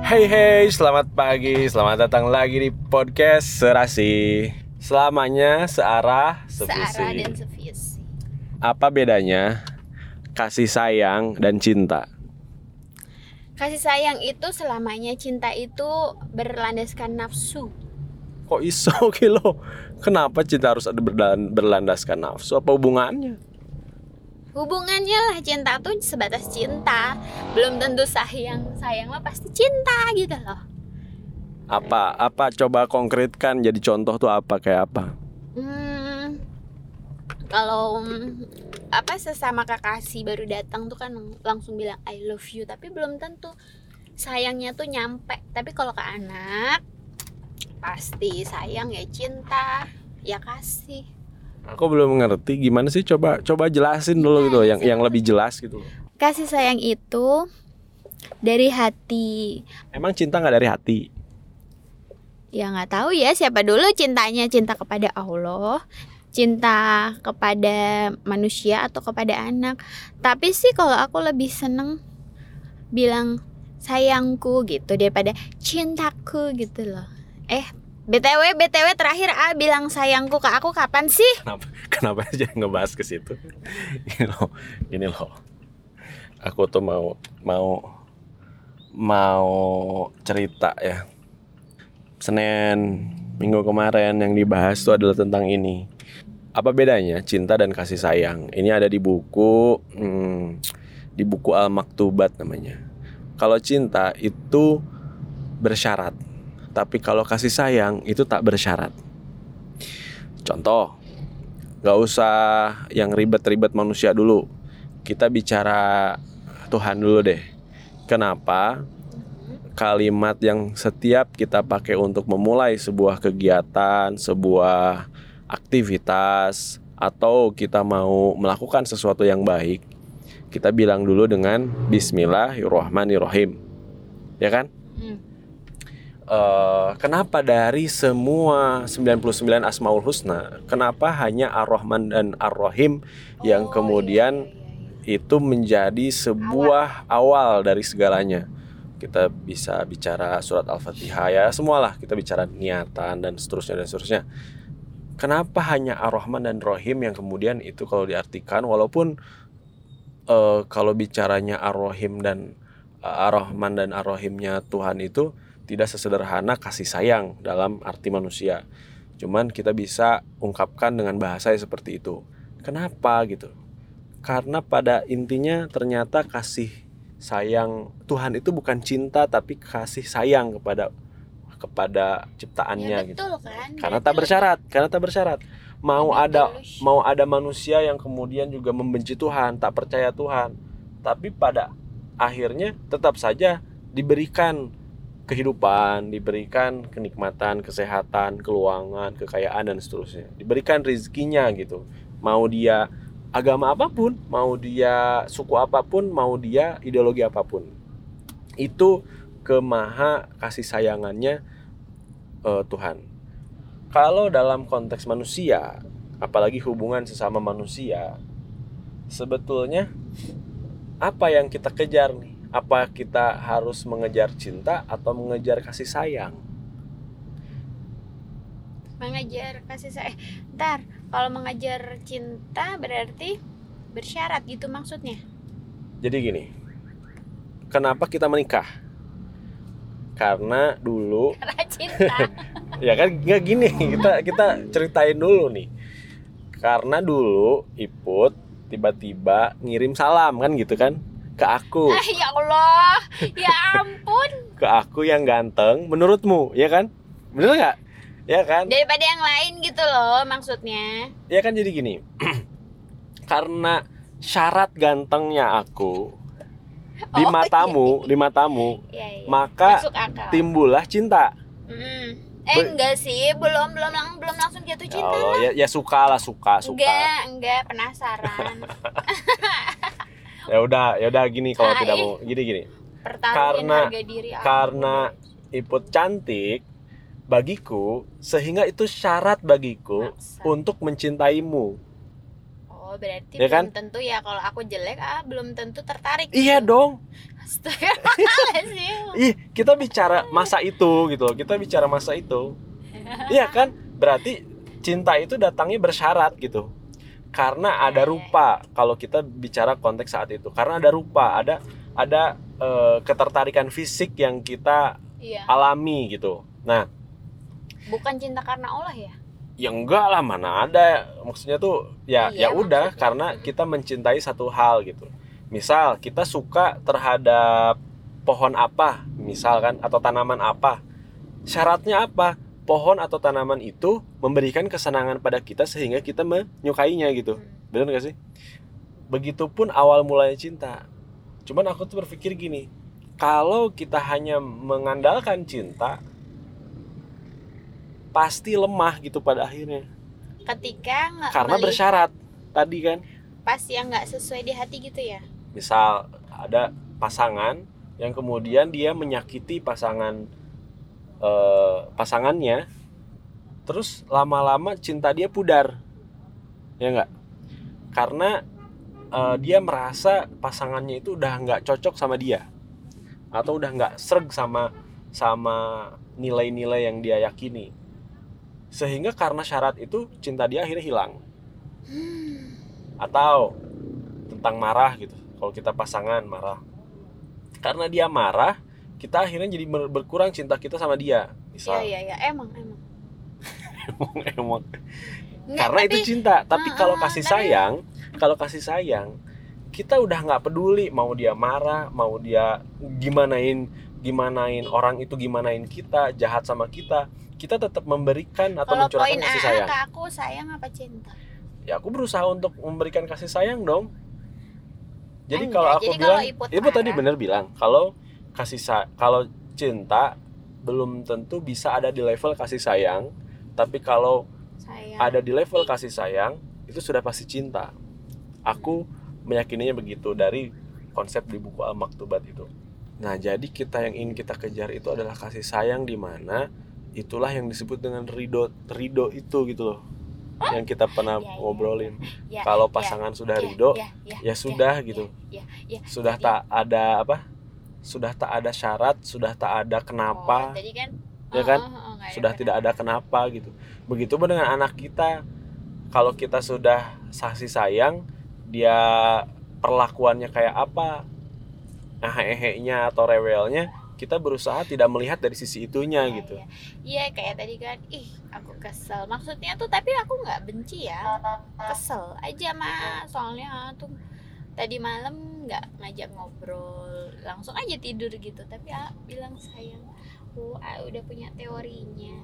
Hey, selamat pagi, selamat datang lagi di podcast Serasi. Selamanya searah, Searah dan sevisi. sevisi. Apa bedanya kasih sayang dan cinta? Kasih sayang itu selamanya, cinta itu berlandaskan nafsu. Kok iso kilo? Kenapa cinta harus ada berlandaskan nafsu? Apa hubungannya? Hubungannya lah, cinta tuh sebatas cinta. Belum tentu sayang. Sayang mah pasti cinta gitu loh. Apa coba konkretkan, jadi contoh tuh apa, kayak apa? Kalau sesama kekasih baru datang tuh kan langsung bilang I love you, tapi belum tentu sayangnya tuh nyampe. Tapi kalau ke anak pasti sayang ya, cinta ya, kasih. Aku belum ngerti gimana sih, coba jelasin dulu gitu, yang lebih jelas gitu. Kasih sayang itu dari hati. Emang cinta nggak dari hati? Ya nggak tahu ya, siapa dulu cintanya, cinta kepada Allah, cinta kepada manusia atau kepada anak. Tapi sih kalau aku lebih seneng bilang sayangku gitu daripada cintaku gitu loh. BTW terakhir bilang sayangku ke aku kapan sih? Kenapa aja ngebahas ke situ? Ini loh. Aku tuh mau cerita ya. Senin minggu kemarin yang dibahas tuh adalah tentang ini. Apa bedanya cinta dan kasih sayang? Ini ada di buku Al-Maktubat namanya. Kalau cinta itu bersyarat, tapi kalau kasih sayang itu tak bersyarat. Contoh, gak usah yang ribet-ribet manusia dulu. Kita bicara Tuhan dulu deh. Kenapa kalimat yang setiap kita pakai untuk memulai sebuah kegiatan, sebuah aktivitas, atau kita mau melakukan sesuatu yang baik, kita bilang dulu dengan Bismillahirrahmanirrahim, ya kan? Kenapa dari semua 99 Asmaul Husna, kenapa hanya Ar-Rahman dan Ar-Rahim yang kemudian itu menjadi sebuah awal dari segalanya? Kita bisa bicara surat Al-Fatihah ya, semualah, kita bicara niatan dan seterusnya. Kenapa hanya Ar-Rahman dan Rahim yang kemudian itu kalau diartikan, walaupun kalau bicaranya Ar-Rahim dan Ar-Rahman dan Ar-Rahimnya Tuhan itu tidak sesederhana kasih sayang dalam arti manusia. Cuman kita bisa ungkapkan dengan bahasa seperti itu. Kenapa gitu? Karena pada intinya ternyata kasih sayang Tuhan itu bukan cinta, tapi kasih sayang kepada ciptaannya, ya, betul, gitu kan? Karena tak bersyarat. Mau ada manusia yang kemudian juga membenci Tuhan, tak percaya Tuhan, tapi pada akhirnya tetap saja diberikan kehidupan, diberikan kenikmatan, kesehatan, keuangan, kekayaan dan seterusnya. Diberikan rezekinya gitu. Mau dia agama apapun, mau dia suku apapun, mau dia ideologi apapun. Itu kemaha kasih sayangannya Tuhan. Kalau dalam konteks manusia, apalagi hubungan sesama manusia, sebetulnya apa yang kita kejar nih? Apa kita harus mengejar cinta atau mengejar kasih sayang? Mengejar kasih sayang. Kalau mengejar cinta berarti bersyarat gitu maksudnya. Jadi gini, kenapa kita menikah? Karena dulu Karena cinta. ya kan, nggak gini, kita ceritain dulu nih. Karena dulu Iput tiba-tiba ngirim salam kan gitu kan ke aku. Ya Allah, ya ampun. Ke aku yang ganteng menurutmu, ya kan? Bener nggak? Ya kan? Daripada yang lain gitu loh maksudnya. Ya kan, jadi gini. Karena syarat gantengnya aku di matamu, iya. maka timbullah cinta. Enggak sih, belum langsung jatuh cinta. Allah, ya suka. Enggak, penasaran. Ya udah gini, kalau tidak mau gini. Karena Iput cantik bagiku, sehingga itu syarat bagiku untuk mencintaimu. Oh, berarti ya belum kan? Tentu ya, kalau aku jelek belum tentu tertarik. Iya gitu. dong. Astagfirullahaladzim. Ih, kita bicara masa itu gitu loh. Kita bicara masa itu. Iya kan? Berarti cinta itu datangnya bersyarat gitu. Karena ada rupa kalau kita bicara konteks saat itu. Karena ada rupa, ada ketertarikan fisik yang kita alami gitu. Nah, bukan cinta karena Allah ya? Ya enggak lah, mana ada. Maksudnya tuh ya udah karena kita mencintai satu hal gitu. Misal kita suka terhadap pohon apa, misalkan, atau tanaman apa. Syaratnya apa? Pohon atau tanaman itu memberikan kesenangan pada kita sehingga kita menyukainya gitu. Benar gak sih? Begitupun awal mulanya cinta. Cuman aku tuh berpikir gini, kalau kita hanya mengandalkan cinta, pasti lemah gitu pada akhirnya. Ketika karena bersyarat tadi kan. Pas yang nggak sesuai di hati gitu ya. Misal ada pasangan yang kemudian dia menyakiti pasangannya, terus lama-lama cinta dia pudar, ya nggak? Karena dia merasa pasangannya itu udah nggak cocok sama dia, atau udah nggak serg sama nilai-nilai yang dia yakini. Sehingga karena syarat itu cinta dia akhirnya hilang. Atau tentang marah gitu. Kalau kita pasangan marah, karena dia marah, kita akhirnya jadi berkurang cinta kita sama dia. Misal. Iya, emang. emang. Karena itu cinta. Tapi kalau kasih sayang, kita udah nggak peduli mau dia marah, mau dia gimanain orang itu, gimanain kita, jahat sama kita tetap memberikan atau mencurahkan kasih sayang. Kalau poin aku sayang apa cinta? Ya aku berusaha untuk memberikan kasih sayang dong. Jadi kalau aku bilang, Ibu tadi benar bilang kalau kalau cinta belum tentu bisa ada di level kasih sayang, tapi kalau ada di level kasih sayang itu sudah pasti cinta. Aku meyakininya begitu dari konsep di buku Al-Maktubat itu. Nah, jadi yang ingin kita kejar itu adalah kasih sayang, di mana itulah yang disebut dengan ridho itu gitu loh. Yang kita pernah ngobrolin. Kalau pasangan sudah ridho, ya sudah gitu. Sudah tak ada sudah tak ada syarat, sudah tak ada kenapa. Jadi kan, ya kan? Sudah tidak ada kenapa gitu. Begitu pun dengan anak kita. Kalau kita sudah kasih sayang, dia perlakuannya kayak apa, ehehnya atau rewelnya, kita berusaha tidak melihat dari sisi itunya gitu. Iya, kayak tadi kan, aku kesel. Maksudnya tuh, tapi aku nggak benci ya, kesel aja mah. Soalnya tuh tadi malam nggak ngajak ngobrol, langsung aja tidur gitu. Tapi bilang sayang, udah punya teorinya.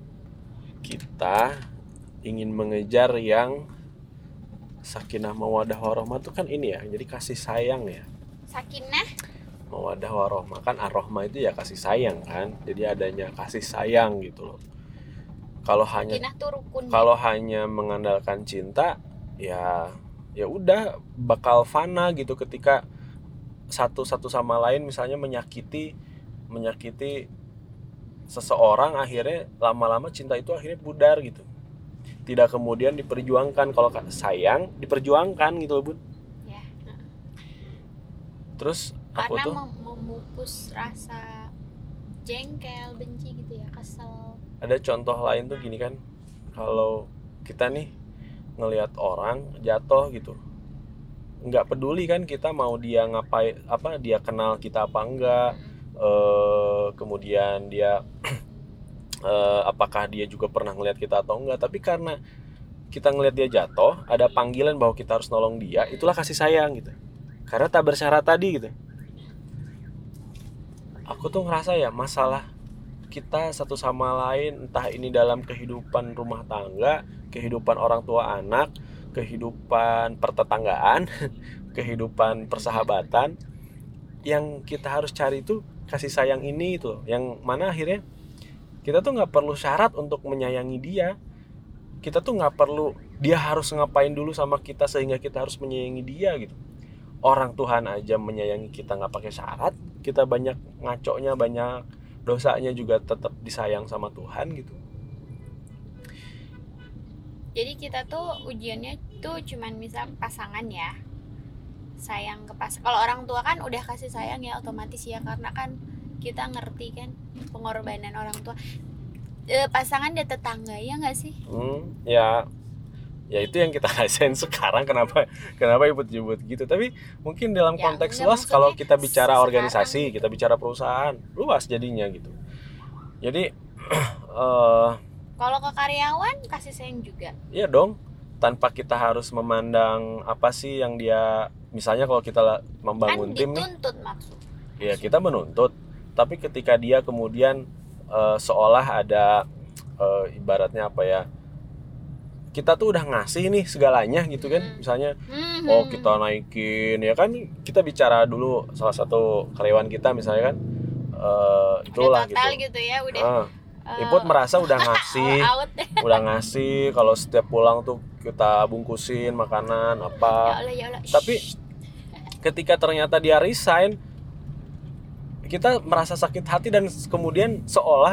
Kita ingin mengejar yang sakinah mawaddah warahmah tuh kan ini ya, jadi kasih sayang ya. Sakinah mawaddah warahmah kan, ar-rahmah itu ya kasih sayang kan, jadi adanya kasih sayang gitu loh. Kalau hanya mengandalkan cinta, ya udah bakal fana gitu ketika satu sama lain misalnya menyakiti seseorang, akhirnya lama-lama cinta itu akhirnya pudar gitu. Tidak kemudian diperjuangkan. Kalau sayang diperjuangkan gitu loh, Bun. Ya. Terus karena memupus rasa jengkel, benci gitu ya, kesel. Ada contoh lain tuh gini kan, kalau kita nih ngelihat orang jatuh gitu, nggak peduli kan kita mau dia ngapain, dia kenal kita apa enggak, kemudian dia apakah dia juga pernah ngelihat kita atau enggak, tapi karena kita ngelihat dia jatuh, ada panggilan bahwa kita harus nolong dia, itulah kasih sayang gitu. Karena tak bersyarat tadi gitu. Aku tuh ngerasa ya, masalah kita satu sama lain, entah ini dalam kehidupan rumah tangga, kehidupan orang tua anak, kehidupan pertetanggaan, kehidupan persahabatan, yang kita harus cari itu kasih sayang ini itu, yang mana akhirnya kita tuh nggak perlu syarat untuk menyayangi dia. Kita tuh nggak perlu dia harus ngapain dulu sama kita sehingga kita harus menyayangi dia gitu. Orang Tuhan aja menyayangi kita nggak pakai syarat. Kita banyak ngaconya, banyak dosanya, juga tetap disayang sama Tuhan gitu. Jadi kita tuh ujiannya tuh cuman misal pasangan ya, sayang ke kalau orang tua kan udah kasih sayang ya otomatis ya, karena kan kita ngerti kan pengorbanan orang tua. Pasangan dan tetangga ya nggak sih? Ya itu yang kita rasain sekarang. Kenapa ibut-ibut gitu. Tapi mungkin dalam Ya, konteks enggak, luas, kalau kita bicara sekarang organisasi, gitu. kita bicara perusahaan, luas jadinya gitu. Jadi Kalau ke karyawan kasih sayang juga. iya dong, tanpa kita harus memandang apa sih yang dia, misalnya kalau kita membangun Kan tim nih, dituntut maksud. ya kita menuntut. Tapi ketika dia kemudian seolah ada ibaratnya apa ya, kita tuh udah ngasih nih segalanya gitu kan. Misalnya oh kita naikin, ya kan kita bicara dulu salah satu karyawan kita misalnya kan, itulah Udah total gitu. gitu ya udah. Iput merasa udah ngasih, All out deh. udah ngasih, kalau setiap pulang tuh kita bungkusin makanan apa. Ya Allah. Tapi ketika ternyata dia resign, kita merasa sakit hati dan kemudian seolah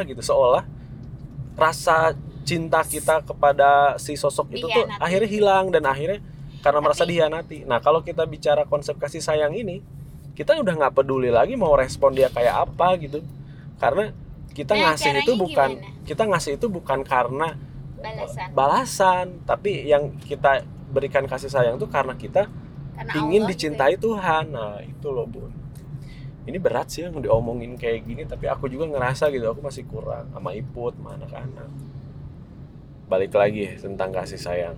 rasa cinta kita kepada si sosok itu tuh Dihianati. akhirnya hilang, dan akhirnya karena merasa dihianati. Nah, kalau kita bicara konsep kasih sayang ini, kita udah nggak peduli lagi mau respon dia kayak apa gitu, karena kita ngasih itu bukan gimana? kita ngasih itu bukan karena balasan, tapi yang kita berikan kasih sayang itu karena kita Karena ingin Allah dicintai gitu Tuhan. Nah itu loh Bun, ini berat sih yang diomongin kayak gini, tapi aku juga ngerasa gitu, aku masih kurang sama Iput, sama anak-anak. Balik lagi tentang kasih sayang,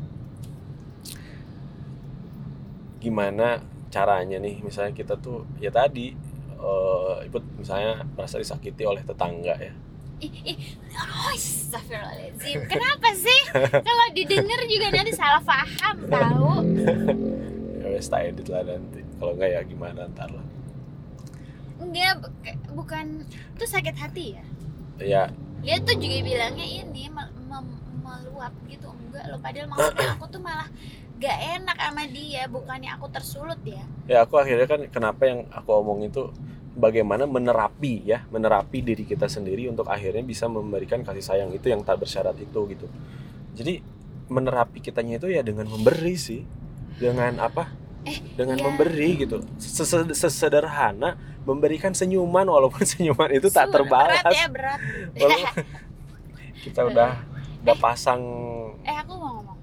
gimana caranya nih, misalnya kita tuh ya tadi Iput misalnya merasa disakiti oleh tetangga ya. Astagfirullahaladzim. Kenapa sih? Kalau didengar juga nanti salah paham tahu. Ya wes tak edit lah nanti, kalau enggak ya gimana ntar lah. Enggak, bukan itu sakit hati ya. Ya Dia tuh juga bilangnya ini meluap gitu. Enggak loh, padahal maksudnya aku tuh malah gak enak sama dia, bukannya aku tersulut ya. ya aku akhirnya kan, kenapa yang aku omong itu bagaimana menerapi diri kita sendiri untuk akhirnya bisa memberikan kasih sayang itu yang tak bersyarat itu gitu. Jadi menerapi kitanya itu ya dengan memberi sih, dengan apa? Dengan memberi gitu. Sesederhana memberikan senyuman, walaupun senyuman itu tak terbalas. Berat. Walaupun kita udah pasang. Aku mau ngomong.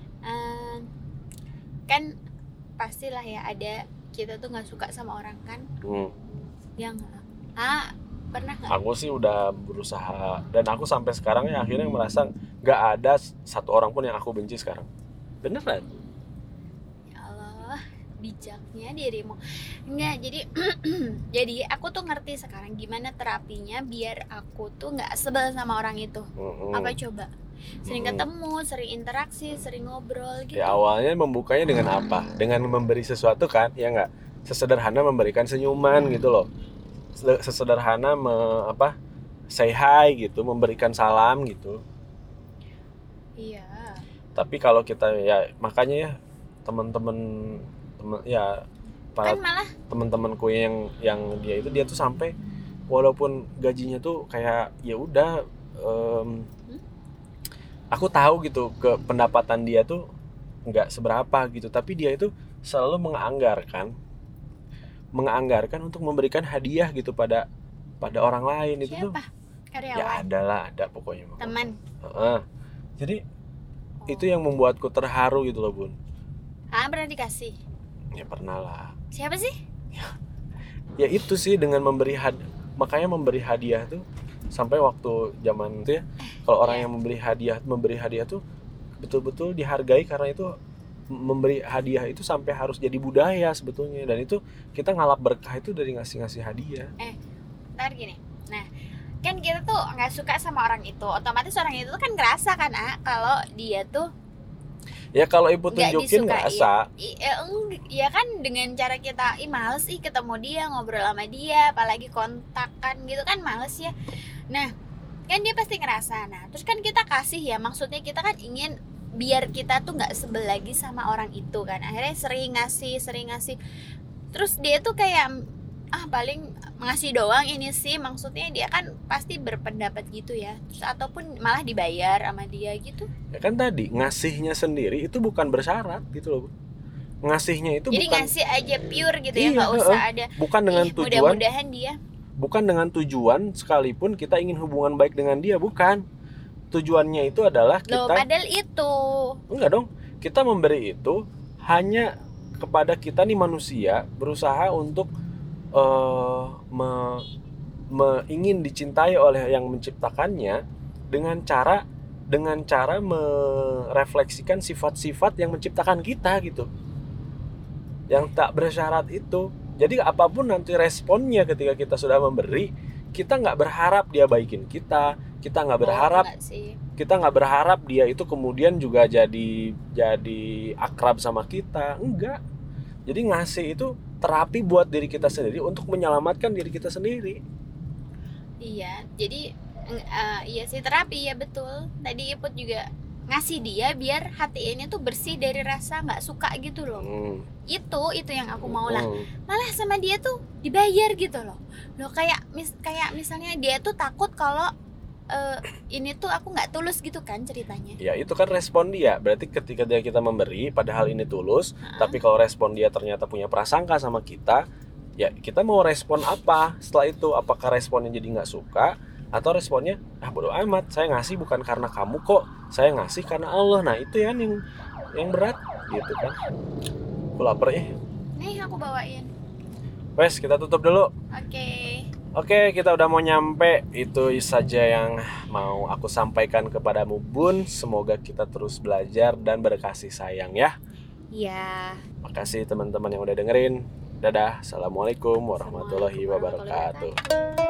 Kan pastilah ya ada, kita tuh nggak suka sama orang kan. Yang pernah nggak? Aku sih udah berusaha, dan aku sampai sekarang ya akhirnya merasa nggak ada satu orang pun yang aku benci sekarang. Beneran. Ya Allah, bijaknya dirimu. Enggak, jadi aku tuh ngerti sekarang gimana terapinya biar aku tuh nggak sebel sama orang itu. Apa coba? Sering ketemu, sering interaksi, sering ngobrol gitu. Ya awalnya membukanya dengan apa? Dengan memberi sesuatu kan, ya nggak? Sesederhana memberikan senyuman gitu loh. Sesederhana say hi gitu, memberikan salam gitu. Iya. Tapi kalau kita ya, makanya ya teman-teman ya para Kan malah teman-temanku yang dia tuh sampai walaupun gajinya tuh kayak ya udah, aku tahu gitu ke pendapatan dia tuh nggak seberapa gitu, tapi dia itu selalu menganggarkan untuk memberikan hadiah gitu pada orang lain. Itu tuh karyawan? Ya ada pokoknya Teman. Jadi itu yang membuatku terharu gitu loh Bun. Pernah dikasih? Ya pernah lah. Siapa sih? Ya itu sih, dengan makanya memberi hadiah tuh, sampai waktu zaman itu ya, kalau orang yang memberi hadiah tuh betul-betul dihargai, karena itu memberi hadiah itu sampai harus jadi budaya sebetulnya, dan itu kita ngalap berkah itu dari ngasih hadiah. Ntar gini, nah kan kita tuh nggak suka sama orang itu, otomatis orang itu kan ngerasa kan kalau dia tuh ya kalau ibu tunjukin ngerasa. Ya kan dengan cara kita males ketemu dia, ngobrol sama dia, apalagi kontakan gitu kan males ya. Nah kan dia pasti ngerasa. Nah terus kan kita kasih ya, maksudnya kita kan ingin biar kita tuh nggak sebel lagi sama orang itu kan, akhirnya sering ngasih. Terus dia tuh kayak paling ngasih doang ini sih, maksudnya dia kan pasti berpendapat gitu ya, terus ataupun malah dibayar sama dia gitu. Ya kan tadi ngasihnya sendiri itu bukan bersyarat gitu loh. ngasihnya itu Jadi bukan ngasih aja pure gitu ya, Iya, nggak usah ada bukan dengan "Ih, tujuan mudah-mudahan dia." bukan dengan tujuan sekalipun kita ingin hubungan baik dengan dia, bukan. Tujuannya itu adalah Loh, kita padahal itu. enggak dong, kita memberi itu hanya kepada kita nih manusia berusaha untuk eh, ingin dicintai oleh yang menciptakannya dengan cara merefleksikan sifat-sifat yang menciptakan kita gitu, yang tak bersyarat itu. Jadi apapun nanti responnya ketika kita sudah memberi, kita nggak berharap dia baikin kita nggak berharap enggak sih. kita nggak berharap dia itu kemudian juga jadi akrab sama kita, enggak. Jadi ngasih itu terapi buat diri kita sendiri untuk menyelamatkan diri kita sendiri. Iya, jadi iya sih, terapi ya, betul. Tadi Iput juga ngasih dia biar hati ini tuh bersih dari rasa nggak suka gitu loh. Itu yang aku mau lah. Malah sama dia tuh dibayar gitu loh. Kayak misalnya dia tuh takut kalau ini tuh aku nggak tulus gitu kan ceritanya. Ya itu kan respon dia. Berarti ketika kita memberi padahal ini tulus, tapi kalau respon dia ternyata punya prasangka sama kita, ya kita mau respon apa setelah itu? Apakah responnya jadi nggak suka, atau responnya bodo amat, saya ngasih bukan karena kamu kok, saya ngasih karena Allah. Nah itu ya yang berat gitu kan. Aku lapar ya. Nih aku bawain. Wes, kita tutup dulu. Oke, kita udah mau nyampe. Itu saja yang mau aku sampaikan kepadamu, Bun. Semoga kita terus belajar dan berkasih sayang ya. Iya. Makasih teman-teman yang udah dengerin. Dadah. Assalamualaikum warahmatullahi wabarakatuh.